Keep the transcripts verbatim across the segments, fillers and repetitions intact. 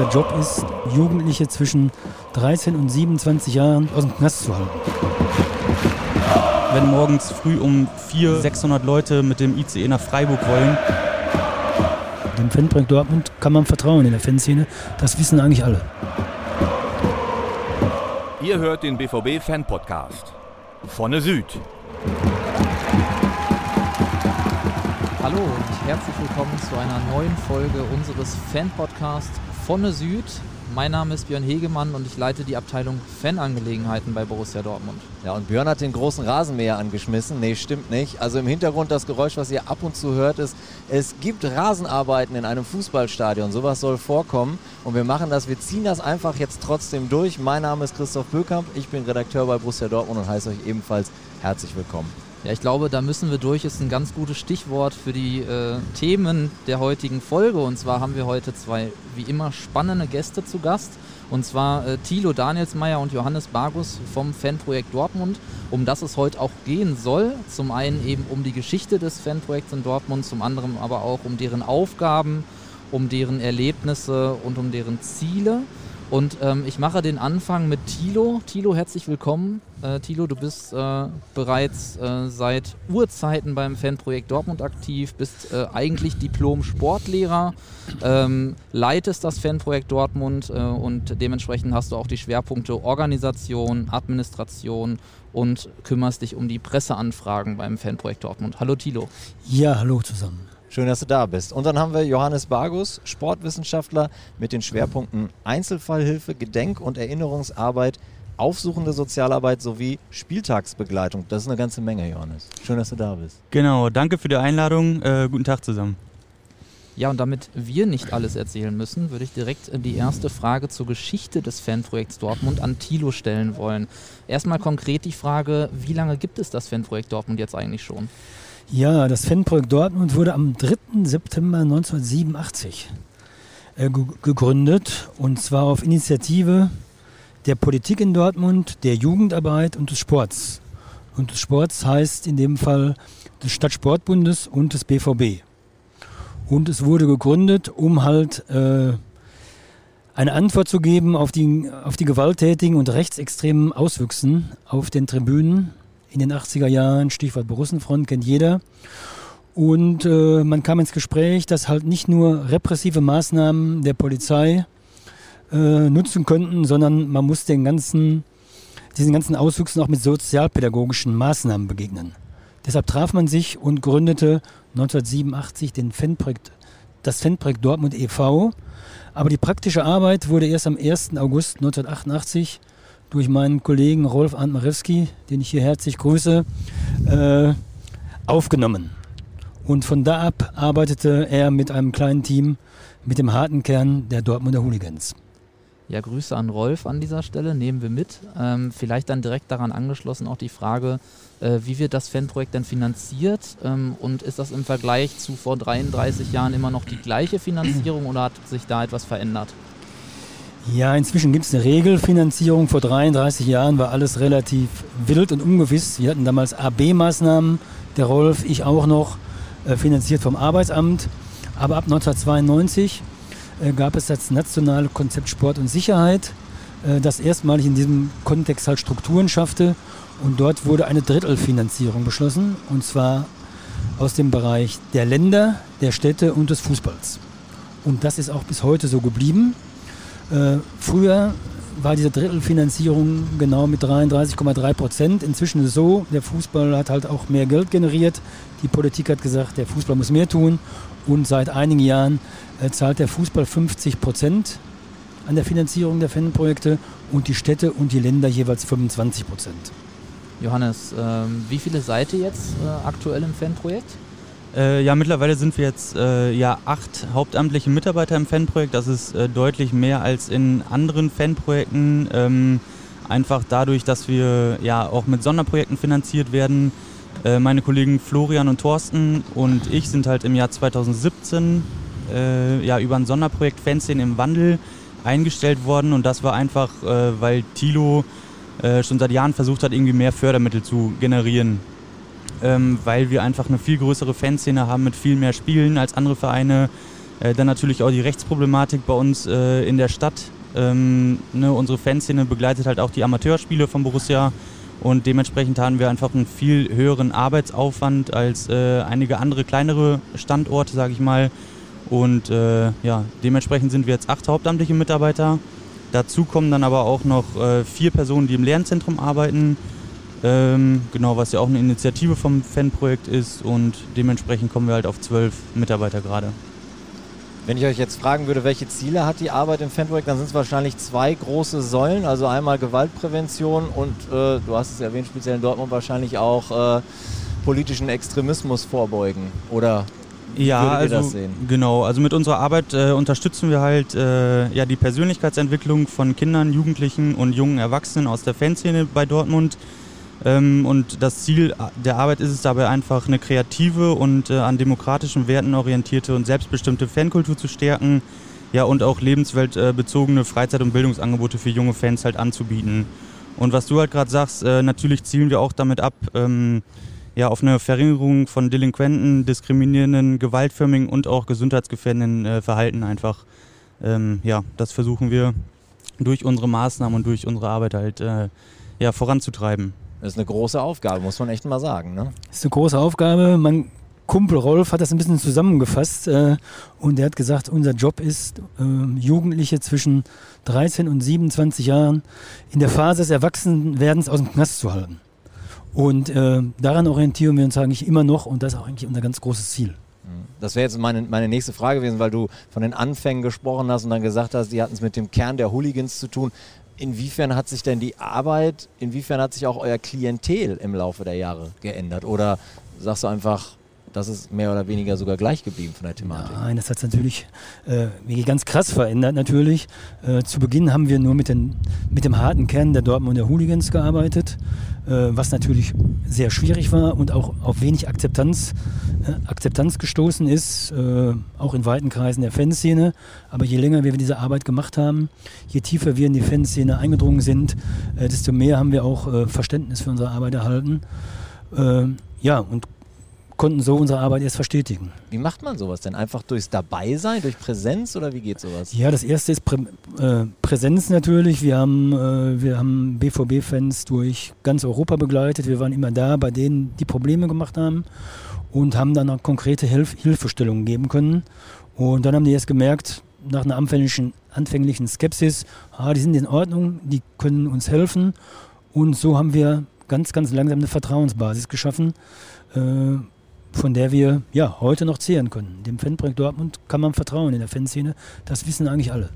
unser Job ist, Jugendliche zwischen dreizehn und siebenundzwanzig Jahren aus dem Knast zu halten. Wenn morgens früh um vier sechshundert Leute mit dem I C E nach Freiburg wollen. Dem Fanprojekt Dortmund kann man vertrauen in der Fanszene, das wissen eigentlich alle. Ihr hört den B V B-Fan-Podcast. Vonne Süd. Hallo und herzlich willkommen zu einer neuen Folge unseres Fan-Podcasts Vonne Süd. Mein Name ist Björn Hegemann und ich leite die Abteilung Fanangelegenheiten bei Borussia Dortmund. Ja, und Björn hat den großen Rasenmäher angeschmissen. Nee, stimmt nicht. Also im Hintergrund das Geräusch, was ihr ab und zu hört, ist, es gibt Rasenarbeiten in einem Fußballstadion. Sowas soll vorkommen und wir machen das, wir ziehen das einfach jetzt trotzdem durch. Mein Name ist Christoph Böckamp, ich bin Redakteur bei Borussia Dortmund und heiße euch ebenfalls herzlich willkommen. Ja, ich glaube, da müssen wir durch, ist ein ganz gutes Stichwort für die äh, Themen der heutigen Folge. Und zwar haben wir heute zwei, wie immer, spannende Gäste zu Gast. Und zwar äh, Thilo Danielsmeier und Johannes Bargus vom Fanprojekt Dortmund, um das es heute auch gehen soll. Zum einen eben um die Geschichte des Fanprojekts in Dortmund, zum anderen aber auch um deren Aufgaben, um deren Erlebnisse und um deren Ziele. Und ähm, ich mache den Anfang mit Thilo. Thilo, herzlich willkommen. Äh, Thilo, du bist äh, bereits äh, seit Urzeiten beim Fanprojekt Dortmund aktiv, bist äh, eigentlich Diplom-Sportlehrer, ähm, leitest das Fanprojekt Dortmund äh, und dementsprechend hast du auch die Schwerpunkte Organisation, Administration und kümmerst dich um die Presseanfragen beim Fanprojekt Dortmund. Hallo Thilo. Ja, hallo zusammen. Schön, dass du da bist. Und dann haben wir Johannes Bargus, Sportwissenschaftler mit den Schwerpunkten Einzelfallhilfe, Gedenk- und Erinnerungsarbeit, aufsuchende Sozialarbeit sowie Spieltagsbegleitung. Das ist eine ganze Menge, Johannes. Schön, dass du da bist. Genau, danke für die Einladung. Äh, guten Tag zusammen. Ja, und damit wir nicht alles erzählen müssen, würde ich direkt die erste Frage zur Geschichte des Fanprojekts Dortmund an Thilo stellen wollen. Erstmal konkret die Frage, wie lange gibt es das Fanprojekt Dortmund jetzt eigentlich schon? Ja, das Fanprojekt Dortmund wurde am dritten September neunzehnhundertsiebenundachtzig äh, ge- gegründet, und zwar auf Initiative der Politik in Dortmund, der Jugendarbeit und des Sports. Und des Sports heißt in dem Fall des Stadtsportbundes und des B V B. Und es wurde gegründet, um halt äh, eine Antwort zu geben auf die, auf die gewalttätigen und rechtsextremen Auswüchsen auf den Tribünen in den achtziger Jahren, Stichwort Borussenfront, kennt jeder. Und äh, man kam ins Gespräch, dass halt nicht nur repressive Maßnahmen der Polizei äh, nutzen könnten, sondern man muss den ganzen, diesen ganzen Auswüchsen auch mit sozialpädagogischen Maßnahmen begegnen. Deshalb traf man sich und gründete neunzehnhundertsiebenundachtzig den Fanprojekt, das Fanprojekt Dortmund e V. Aber die praktische Arbeit wurde erst am ersten August neunzehnhundertachtundachtzig durch meinen Kollegen Rolf Arndt-Marewski, den ich hier herzlich grüße, äh, aufgenommen. Und von da ab arbeitete er mit einem kleinen Team mit dem harten Kern der Dortmunder Hooligans. Ja, Grüße an Rolf an dieser Stelle, nehmen wir mit. Ähm, vielleicht dann direkt daran angeschlossen auch die Frage, äh, wie wird das Fanprojekt denn finanziert? Ähm, und ist das im Vergleich zu vor dreiunddreißig Jahren immer noch die gleiche Finanzierung oder hat sich da etwas verändert? Ja, inzwischen gibt es eine Regelfinanzierung. Vor dreiunddreißig Jahren war alles relativ wild und ungewiss. Wir hatten damals A B-Maßnahmen, der Rolf, ich auch noch, äh, finanziert vom Arbeitsamt. Aber ab neunzehnhundertzweiundneunzig äh, gab es das nationale Konzept Sport und Sicherheit, äh, das erstmalig in diesem Kontext halt Strukturen schaffte. Und dort wurde eine Drittelfinanzierung beschlossen, und zwar aus dem Bereich der Länder, der Städte und des Fußballs. Und das ist auch bis heute so geblieben. Äh, früher war diese Drittelfinanzierung genau mit dreiunddreißig Komma drei Prozent. Inzwischen ist es so, der Fußball hat halt auch mehr Geld generiert. Die Politik hat gesagt, der Fußball muss mehr tun. Und seit einigen Jahren äh, zahlt der Fußball fünfzig Prozent an der Finanzierung der Fanprojekte und die Städte und die Länder jeweils fünfundzwanzig Prozent. Johannes, ähm, wie viele seid ihr jetzt äh, aktuell im Fanprojekt? Äh, ja, mittlerweile sind wir jetzt äh, ja acht hauptamtliche Mitarbeiter im Fanprojekt. Das ist äh, deutlich mehr als in anderen Fanprojekten. Ähm, einfach dadurch, dass wir ja auch mit Sonderprojekten finanziert werden. Äh, meine Kollegen Florian und Thorsten und ich sind halt im Jahr zweitausendsiebzehn äh, ja, über ein Sonderprojekt Fanszene im Wandel eingestellt worden. Und das war einfach, äh, weil Thilo äh, schon seit Jahren versucht hat, irgendwie mehr Fördermittel zu generieren. Ähm, weil wir einfach eine viel größere Fanszene haben mit viel mehr Spielen als andere Vereine. Äh, dann natürlich auch die Rechtsproblematik bei uns äh, in der Stadt. Ähm, ne, unsere Fanszene begleitet halt auch die Amateurspiele von Borussia und dementsprechend haben wir einfach einen viel höheren Arbeitsaufwand als äh, einige andere kleinere Standorte, sage ich mal. Und äh, ja, dementsprechend sind wir jetzt acht hauptamtliche Mitarbeiter. Dazu kommen dann aber auch noch äh, vier Personen, die im Lernzentrum arbeiten. Ähm, genau, was ja auch eine Initiative vom Fanprojekt ist und dementsprechend kommen wir halt auf zwölf Mitarbeiter gerade. Wenn ich euch jetzt fragen würde, welche Ziele hat die Arbeit im Fanprojekt, dann sind es wahrscheinlich zwei große Säulen, also einmal Gewaltprävention und, äh, du hast es erwähnt, speziell in Dortmund wahrscheinlich auch äh, politischen Extremismus vorbeugen, oder wie ja, würdet ihr also, das sehen? Genau, also mit unserer Arbeit äh, unterstützen wir halt äh, ja, die Persönlichkeitsentwicklung von Kindern, Jugendlichen und jungen Erwachsenen aus der Fanszene bei Dortmund. Ähm, und das Ziel der Arbeit ist es dabei einfach, eine kreative und äh, an demokratischen Werten orientierte und selbstbestimmte Fankultur zu stärken, ja, und auch lebensweltbezogene Freizeit- und Bildungsangebote für junge Fans halt anzubieten. Und was du halt gerade sagst, äh, natürlich zielen wir auch damit ab, ähm, ja, auf eine Verringerung von delinquenten, diskriminierenden, gewaltförmigen und auch gesundheitsgefährdenden äh, Verhalten einfach. Ähm, ja, das versuchen wir durch unsere Maßnahmen und durch unsere Arbeit halt äh, ja, voranzutreiben. Das ist eine große Aufgabe, muss man echt mal sagen, ne? Das ist eine große Aufgabe. Mein Kumpel Rolf hat das ein bisschen zusammengefasst äh, und er hat gesagt, unser Job ist, äh, Jugendliche zwischen dreizehn und siebenundzwanzig Jahren in der Phase des Erwachsenwerdens aus dem Knast zu halten. Und äh, daran orientieren wir uns eigentlich immer noch und das ist auch eigentlich unser ganz großes Ziel. Das wäre jetzt meine, meine nächste Frage gewesen, weil du von den Anfängen gesprochen hast und dann gesagt hast, die hatten es mit dem Kern der Hooligans zu tun. Inwiefern hat sich denn die Arbeit, inwiefern hat sich auch euer Klientel im Laufe der Jahre geändert? Oder sagst du einfach, das ist mehr oder weniger sogar gleich geblieben von der Thematik? Nein, das hat sich natürlich äh, ganz krass verändert natürlich. Äh, zu Beginn haben wir nur mit, den, mit dem harten Kern der Dortmunder Hooligans gearbeitet, äh, was natürlich sehr schwierig war und auch auf wenig Akzeptanz, äh, Akzeptanz gestoßen ist, äh, auch in weiten Kreisen der Fanszene. Aber je länger wir diese Arbeit gemacht haben, je tiefer wir in die Fanszene eingedrungen sind, äh, desto mehr haben wir auch äh, Verständnis für unsere Arbeit erhalten. Äh, ja, und konnten so unsere Arbeit erst verstetigen. Wie macht man sowas denn? Einfach durchs Dabeisein, durch Präsenz oder wie geht sowas? Ja, das erste ist Prä äh, Präsenz natürlich. Wir haben, äh, wir haben B V B-Fans durch ganz Europa begleitet. Wir waren immer da, bei denen die Probleme gemacht haben und haben dann auch konkrete Hilf Hilfestellungen geben können. Und dann haben die erst gemerkt, nach einer anfänglichen, anfänglichen Skepsis, ah, die sind in Ordnung, die können uns helfen. Und so haben wir ganz, ganz langsam eine Vertrauensbasis geschaffen, äh, von der wir ja heute noch zehren können. Dem Fanprojekt Dortmund kann man vertrauen in der Fanszene. Das wissen eigentlich alle.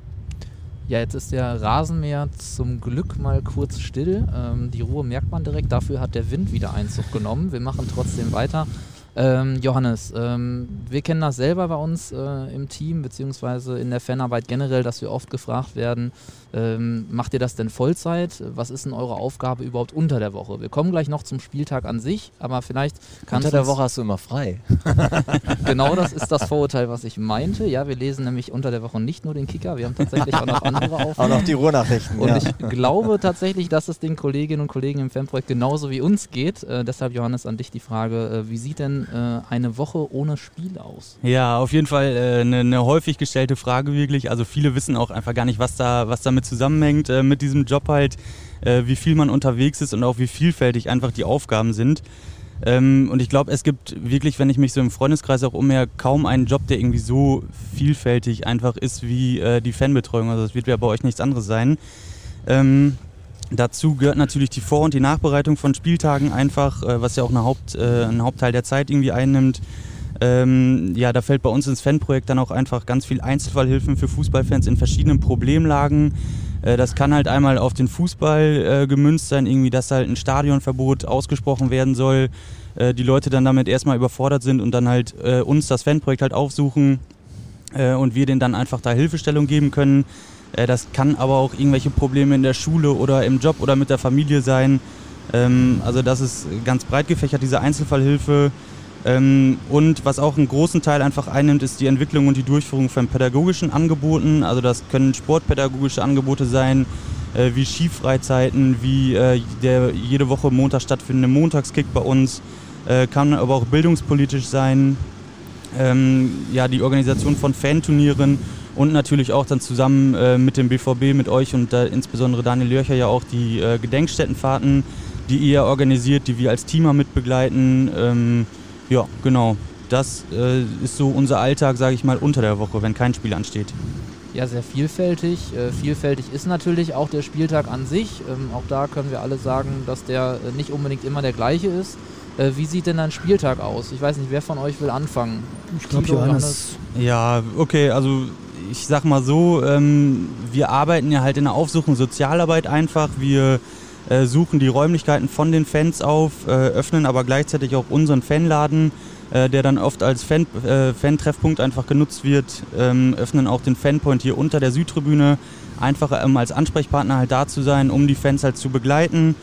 Ja, jetzt ist der Rasenmäher zum Glück mal kurz still. Ähm, die Ruhe merkt man direkt. Dafür hat der Wind wieder Einzug genommen. Wir machen trotzdem weiter. Ähm, Johannes, ähm, wir kennen das selber bei uns äh, im Team, beziehungsweise in der Fanarbeit generell, dass wir oft gefragt werden, ähm, macht ihr das denn Vollzeit? Was ist denn eure Aufgabe überhaupt unter der Woche? Wir kommen gleich noch zum Spieltag an sich, aber vielleicht kannst Unter der Woche hast du immer frei. Genau, das ist das Vorurteil, was ich meinte. Ja, wir lesen nämlich unter der Woche nicht nur den Kicker, wir haben tatsächlich auch noch andere Aufgaben. Auch noch die Ruhrnachrichten. Und ja. ich glaube tatsächlich, dass es den Kolleginnen und Kollegen im Fanprojekt genauso wie uns geht. Äh, deshalb, Johannes, an dich die Frage, äh, wie sieht denn äh, eine Woche ohne Spiel aus? Ja, auf jeden Fall eine äh, ne häufig gestellte Frage wirklich. Also viele wissen auch einfach gar nicht, was da, was damit zusammenhängt äh, mit diesem Job halt, äh, wie viel man unterwegs ist und auch wie vielfältig einfach die Aufgaben sind. Ähm, und ich glaube, es gibt wirklich, wenn ich mich so im Freundeskreis auch umher, kaum einen Job, der irgendwie so vielfältig einfach ist wie äh, die Fanbetreuung. Also das wird ja bei euch nichts anderes sein. Ähm, dazu gehört natürlich die Vor- und die Nachbereitung von Spieltagen einfach, äh, was ja auch eine Haupt, äh, einen Hauptteil der Zeit irgendwie einnimmt. Ähm, ja, da fällt bei uns ins Fanprojekt dann auch einfach ganz viel Einzelfallhilfen für Fußballfans in verschiedenen Problemlagen. Äh, das kann halt einmal auf den Fußball äh, gemünzt sein, irgendwie, dass halt ein Stadionverbot ausgesprochen werden soll, äh, die Leute dann damit erstmal überfordert sind und dann halt äh, uns das Fanprojekt halt aufsuchen äh, und wir denen dann einfach da Hilfestellung geben können. Äh, das kann aber auch irgendwelche Probleme in der Schule oder im Job oder mit der Familie sein. Ähm, also das ist ganz breit gefächert, diese Einzelfallhilfe. Ähm, und was auch einen großen Teil einfach einnimmt, ist die Entwicklung und die Durchführung von pädagogischen Angeboten. Also das können sportpädagogische Angebote sein, äh, wie Skifreizeiten, wie äh, der jede Woche Montag stattfindende Montagskick bei uns. Äh, kann aber auch bildungspolitisch sein. ähm, ja, die Organisation von Fanturnieren und natürlich auch dann zusammen äh, mit dem B V B, mit euch und äh, insbesondere Daniel Lörcher ja auch die äh, Gedenkstättenfahrten, die ihr organisiert, die wir als Teamer mitbegleiten. Ähm, ja, genau. Das äh, ist so unser Alltag, sage ich mal, unter der Woche, wenn kein Spiel ansteht. Ja, sehr vielfältig. Äh, vielfältig ist natürlich auch der Spieltag an sich. Ähm, auch da können wir alle sagen, dass der äh, nicht unbedingt immer der gleiche ist. Äh, wie sieht denn ein Spieltag aus? Ich weiß nicht, wer von euch will anfangen? Ich glaube, Johannes. Ja, okay, also ich sag mal so, ähm, wir arbeiten ja halt in der Aufsuch- und Sozialarbeit einfach. Wir äh, suchen die Räumlichkeiten von den Fans auf, äh, öffnen aber gleichzeitig auch unseren Fanladen, äh, der dann oft als Fan, äh, Fan-Treffpunkt einfach genutzt wird, ähm, öffnen auch den Fanpoint hier unter der Südtribüne, einfach ähm, als Ansprechpartner halt da zu sein, um die Fans halt zu begleiten.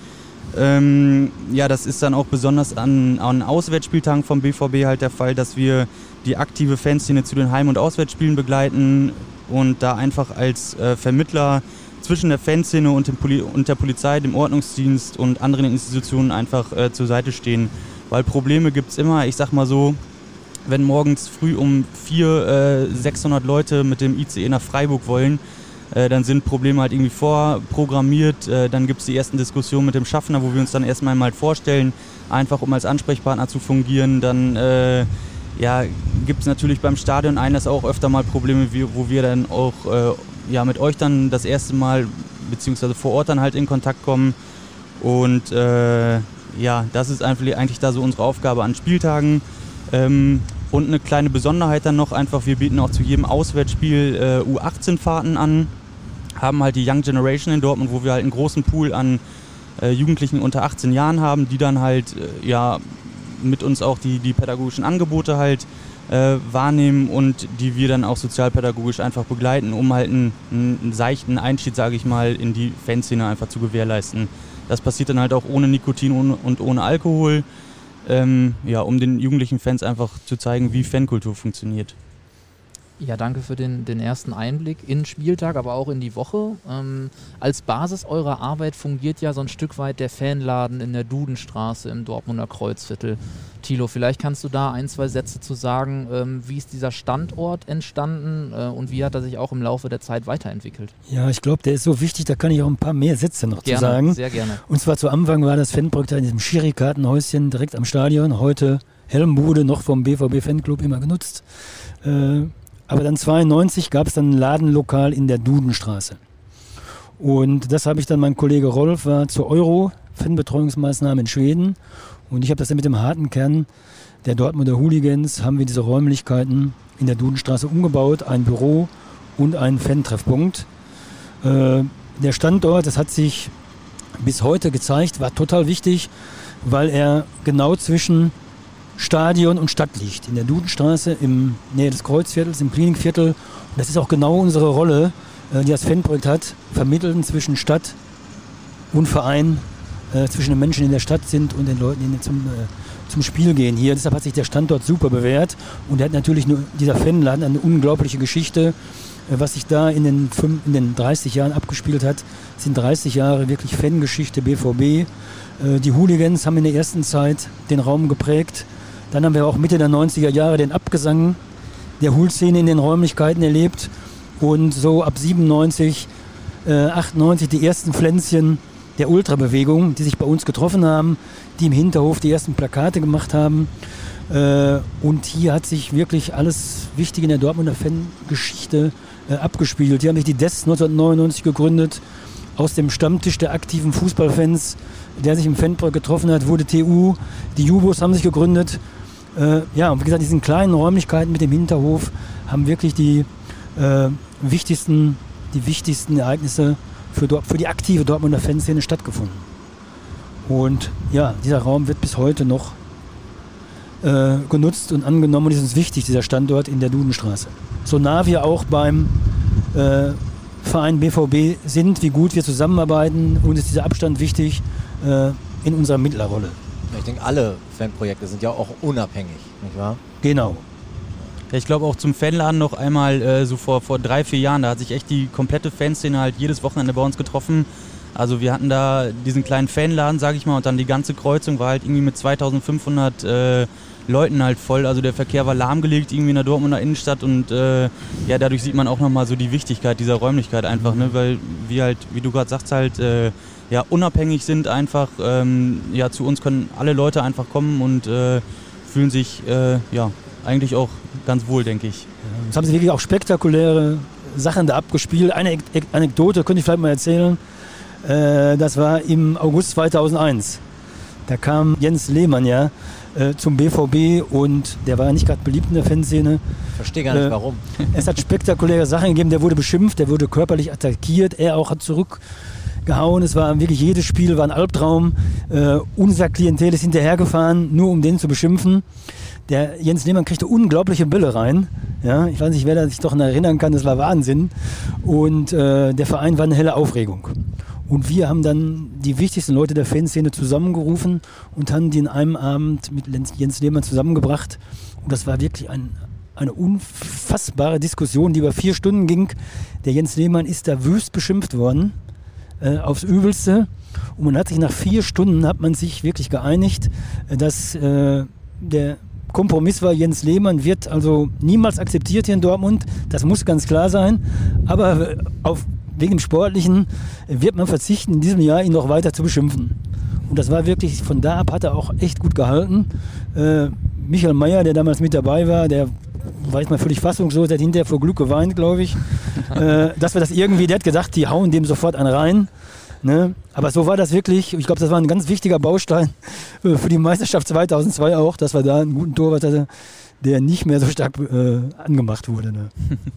Ähm, ja, das ist dann auch besonders an, an Auswärtsspieltagen vom B V B halt der Fall, dass wir die aktive Fanszene zu den Heim- und Auswärtsspielen begleiten und da einfach als äh, Vermittler zwischen der Fanszene und, dem Poli- und der Polizei, dem Ordnungsdienst und anderen Institutionen einfach äh, zur Seite stehen. Weil Probleme gibt es immer, ich sag mal so, wenn morgens früh um vier äh, sechshundert Leute mit dem I C E nach Freiburg wollen, äh, dann sind Probleme halt irgendwie vorprogrammiert. Äh, dann gibt es die ersten Diskussionen mit dem Schaffner, wo wir uns dann erstmal mal vorstellen, einfach um als Ansprechpartner zu fungieren. Dann äh, ja, gibt es natürlich beim Stadion Einlass auch öfter mal Probleme, wie, wo wir dann auch äh, ja, mit euch dann das erste Mal, beziehungsweise vor Ort dann halt in Kontakt kommen. Und äh, ja, das ist einfach, eigentlich da so unsere Aufgabe an Spieltagen. Ähm, und eine kleine Besonderheit dann noch einfach, wir bieten auch zu jedem Auswärtsspiel äh, U achtzehn Fahrten an, haben halt die Young Generation in Dortmund, wo wir halt einen großen Pool an äh, Jugendlichen unter achtzehn Jahren haben, die dann halt äh, ja mit uns auch die, die pädagogischen Angebote halt äh, wahrnehmen und die wir dann auch sozialpädagogisch einfach begleiten, um halt einen, einen seichten Einstieg, sage ich mal, in die Fanszene einfach zu gewährleisten. Das passiert dann halt auch ohne Nikotin und ohne Alkohol, ähm, ja, um den jugendlichen Fans einfach zu zeigen, wie Fankultur funktioniert. Ja, danke für den, den ersten Einblick in den Spieltag, aber auch in die Woche. Ähm, als Basis eurer Arbeit fungiert ja so ein Stück weit der Fanladen in der Dudenstraße im Dortmunder Kreuzviertel. Thilo, vielleicht kannst du da ein, zwei Sätze zu sagen, ähm, wie ist dieser Standort entstanden äh, und wie hat er sich auch im Laufe der Zeit weiterentwickelt? Ja, ich glaube, der ist so wichtig, da kann ich auch ein paar mehr Sätze noch gerne, zu sagen. Sehr gerne. Und zwar zu Anfang war das Fanprojekt in diesem Schiri-Kartenhäuschen direkt am Stadion, heute Helmbude, noch vom B V B-Fanclub immer genutzt. Äh, Aber dann zweiundneunzig gab es dann ein Ladenlokal in der Dudenstraße. Und das habe ich dann, mein Kollege Rolf war zur Euro-Fanbetreuungsmaßnahme in Schweden. Und ich habe das dann mit dem harten Kern der Dortmunder Hooligans, haben wir diese Räumlichkeiten in der Dudenstraße umgebaut, ein Büro und einen Fan-Treffpunkt. Äh, der Standort, das hat sich bis heute gezeigt, war total wichtig, weil er genau zwischen Stadion und Stadt liegt. In der Dudenstraße, im Nähe des Kreuzviertels, im Klinikviertel. Und das ist auch genau unsere Rolle, äh, die das Fanprojekt hat, vermitteln zwischen Stadt und Verein, äh, zwischen den Menschen, die in der Stadt sind und den Leuten, die zum, äh, zum Spiel gehen hier. Deshalb hat sich der Standort super bewährt. Und er hat natürlich nur, dieser Fanladen, eine unglaubliche Geschichte. Äh, was sich da in den, fünf, in den dreißig Jahren abgespielt hat, sind dreißig Jahre wirklich Fangeschichte B V B. Äh, die Hooligans haben in der ersten Zeit den Raum geprägt. Dann haben wir auch Mitte der neunziger Jahre den Abgesang der Hool-Szene in den Räumlichkeiten erlebt und so ab siebenundneunzig, äh, achtundneunzig die ersten Pflänzchen der Ultrabewegung, die sich bei uns getroffen haben, die im Hinterhof die ersten Plakate gemacht haben. Äh, und hier hat sich wirklich alles Wichtige in der Dortmunder Fangeschichte äh, abgespielt. Hier haben sich die D E S neunzehnhundertneunundneunzig gegründet, aus dem Stammtisch der aktiven Fußballfans, der sich im Fanprojekt getroffen hat, wurde T U, die Jubos haben sich gegründet. Äh, ja, und wie gesagt, diesen kleinen Räumlichkeiten mit dem Hinterhof haben wirklich die, äh, wichtigsten, die wichtigsten Ereignisse für, Dort, für die aktive Dortmunder Fanszene stattgefunden. Und ja, dieser Raum wird bis heute noch äh, genutzt und angenommen und ist uns wichtig, dieser Standort in der Dudenstraße. So nah wir auch beim äh, Verein B V B sind, wie gut wir zusammenarbeiten, uns ist dieser Abstand wichtig äh, in unserer Mittlerrolle. Ich denke, alle Fanprojekte sind ja auch unabhängig, nicht wahr? Genau. Ja, ich glaube auch zum Fanladen noch einmal äh, so vor, vor drei, vier Jahren, da hat sich echt die komplette Fanszene halt jedes Wochenende bei uns getroffen. Also wir hatten da diesen kleinen Fanladen, sage ich mal, und dann die ganze Kreuzung war halt irgendwie mit zweitausendfünfhundert äh, Leuten halt voll. Also der Verkehr war lahmgelegt irgendwie in der Dortmunder Innenstadt und äh, ja, dadurch sieht man auch nochmal so die Wichtigkeit dieser Räumlichkeit einfach, ne? Weil wir halt, wie du gerade sagst, halt äh, ja, unabhängig sind einfach. Ähm, ja, zu uns können alle Leute einfach kommen und äh, fühlen sich äh, ja, eigentlich auch ganz wohl, denke ich. Es haben sich wirklich auch spektakuläre Sachen da abgespielt. Eine Anekdote könnte ich vielleicht mal erzählen. Äh, das war im August zweitausendeins. Da kam Jens Lehmann ja äh, zum B V B und der war ja nicht gerade beliebt in der Fanszene. Verstehe gar nicht, äh, warum. Es hat spektakuläre Sachen gegeben. Der wurde beschimpft, der wurde körperlich attackiert. Er auch hat zurückgehauen. Es war wirklich, jedes Spiel war ein Albtraum. Äh, unser Klientel ist hinterhergefahren, nur um den zu beschimpfen. Der Jens Lehmann kriegte unglaubliche Bälle rein. Ja, ich weiß nicht, wer sich doch noch erinnern kann, das war Wahnsinn. Und äh, der Verein war eine helle Aufregung. Und wir haben dann die wichtigsten Leute der Fanszene zusammengerufen und haben die in einem Abend mit Jens Lehmann zusammengebracht. Und das war wirklich ein, eine unfassbare Diskussion, die über vier Stunden ging. Der Jens Lehmann ist da wüst beschimpft worden, äh, aufs Übelste. Und man hat sich nach vier Stunden, hat man sich wirklich geeinigt, dass äh, der Kompromiss war, Jens Lehmann wird also niemals akzeptiert hier in Dortmund. Das muss ganz klar sein. Aber auf wegen dem Sportlichen wird man verzichten, in diesem Jahr ihn noch weiter zu beschimpfen. Und das war wirklich, von da ab hat er auch echt gut gehalten. Äh, Michael Mayer, der damals mit dabei war, der war jetzt mal völlig fassungslos, der hat hinterher vor Glück geweint, glaube ich. äh, dass wir das irgendwie, der hat gesagt, die hauen dem sofort einen rein. Ne? Aber so war das wirklich. Ich glaube, das war ein ganz wichtiger Baustein äh, für die Meisterschaft zweitausendzwei auch, dass wir da einen guten Torwart hatten, der nicht mehr so stark äh, angemacht wurde. Ne?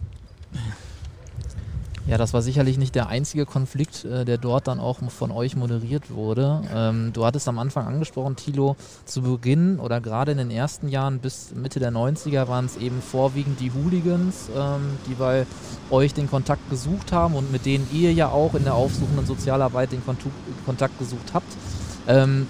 Ja, das war sicherlich nicht der einzige Konflikt, äh, der dort dann auch von euch moderiert wurde. Ähm, du hattest am Anfang angesprochen, Thilo, zu Beginn oder gerade in den ersten Jahren bis Mitte der neunziger waren es eben vorwiegend die Hooligans, ähm, die bei euch den Kontakt gesucht haben und mit denen ihr ja auch in der aufsuchenden Sozialarbeit den Kontu- Kontakt gesucht habt. Ähm,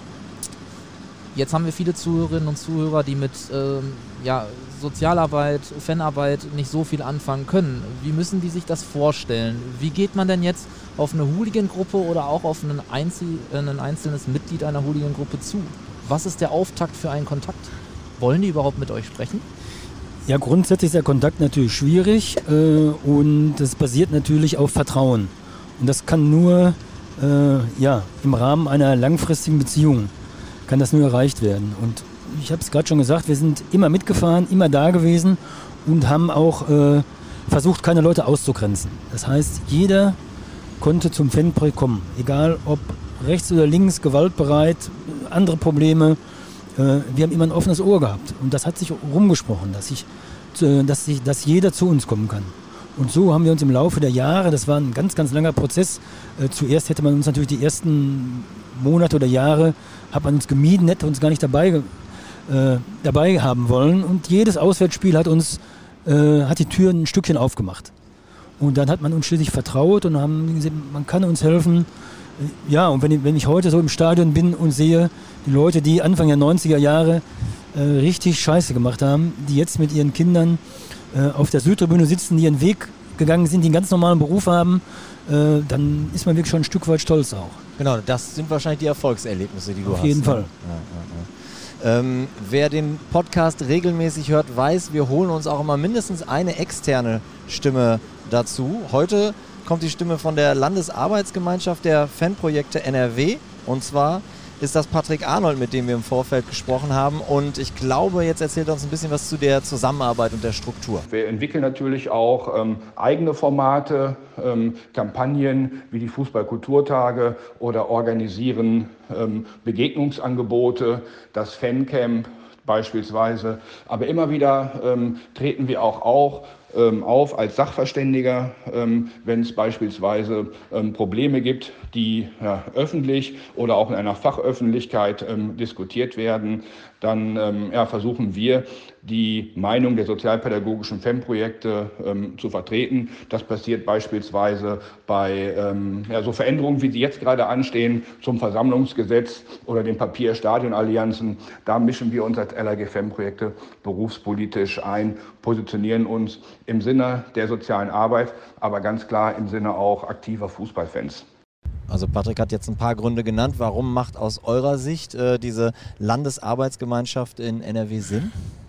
jetzt haben wir viele Zuhörerinnen und Zuhörer, die mit ähm, ja, Sozialarbeit, Fanarbeit nicht so viel anfangen können. Wie müssen die sich das vorstellen? Wie geht man denn jetzt auf eine Hooligan-Gruppe oder auch auf einen, Einzel- ein einzelnes Mitglied einer Hooligan-Gruppe zu? Was ist der Auftakt für einen Kontakt? Wollen die überhaupt mit euch sprechen? Ja, grundsätzlich ist der Kontakt natürlich schwierig äh, und das basiert natürlich auf Vertrauen. Und das kann nur äh, ja, im Rahmen einer langfristigen Beziehung kann das nur erreicht werden. Und ich habe es gerade schon gesagt, wir sind immer mitgefahren, immer da gewesen und haben auch äh, versucht, keine Leute auszugrenzen. Das heißt, jeder konnte zum Fanprojekt kommen, egal ob rechts oder links, gewaltbereit, andere Probleme. Äh, wir haben immer ein offenes Ohr gehabt und das hat sich rumgesprochen, dass, ich, äh, dass, ich, dass jeder zu uns kommen kann. Und so haben wir uns im Laufe der Jahre, das war ein ganz, ganz langer Prozess, äh, zuerst hätte man uns natürlich die ersten Monate oder Jahre, hat man uns gemieden, hätte uns gar nicht dabei Äh, dabei haben wollen und jedes Auswärtsspiel hat uns äh, hat die Türen ein Stückchen aufgemacht und dann hat man uns schließlich vertraut und haben gesagt, man kann uns helfen. Äh, ja, und wenn ich, wenn ich heute so im Stadion bin und sehe die Leute, die Anfang der neunziger Jahre äh, richtig Scheiße gemacht haben, die jetzt mit ihren Kindern äh, auf der Südtribüne sitzen, die ihren Weg gegangen sind, die einen ganz normalen Beruf haben, äh, dann ist man wirklich schon ein Stück weit stolz auch. Genau, das sind wahrscheinlich die Erfolgserlebnisse, die du auf hast. Auf jeden ne? Fall. Ja, ja, ja. Ähm, wer den Podcast regelmäßig hört, weiß, wir holen uns auch immer mindestens eine externe Stimme dazu. Heute kommt die Stimme von der Landesarbeitsgemeinschaft der Fanprojekte N R W. Und zwar ist das Patrick Arnold, mit dem wir im Vorfeld gesprochen haben. Und ich glaube, jetzt erzählt er uns ein bisschen was zu der Zusammenarbeit und der Struktur. Wir entwickeln natürlich auch ähm, eigene Formate, ähm, Kampagnen wie die Fußballkulturtage oder organisieren ähm, Begegnungsangebote, das Fancamp beispielsweise. Aber immer wieder ähm, treten wir auch, auch ähm, auf als Sachverständiger, ähm, wenn es beispielsweise ähm, Probleme gibt, die ja, öffentlich oder auch in einer Fachöffentlichkeit ähm, diskutiert werden. Dann ähm, ja, versuchen wir, die Meinung der sozialpädagogischen Fanprojekte ähm, zu vertreten. Das passiert beispielsweise bei ähm, ja, so Veränderungen, wie sie jetzt gerade anstehen, zum Versammlungsgesetz oder den Papier-Stadion-Allianzen. Da mischen wir uns als L A G Fanprojekte berufspolitisch ein, positionieren uns im Sinne der sozialen Arbeit, aber ganz klar im Sinne auch aktiver Fußballfans. Also Patrick hat jetzt ein paar Gründe genannt. Warum macht aus eurer Sicht äh, diese Landesarbeitsgemeinschaft in N R W Sinn?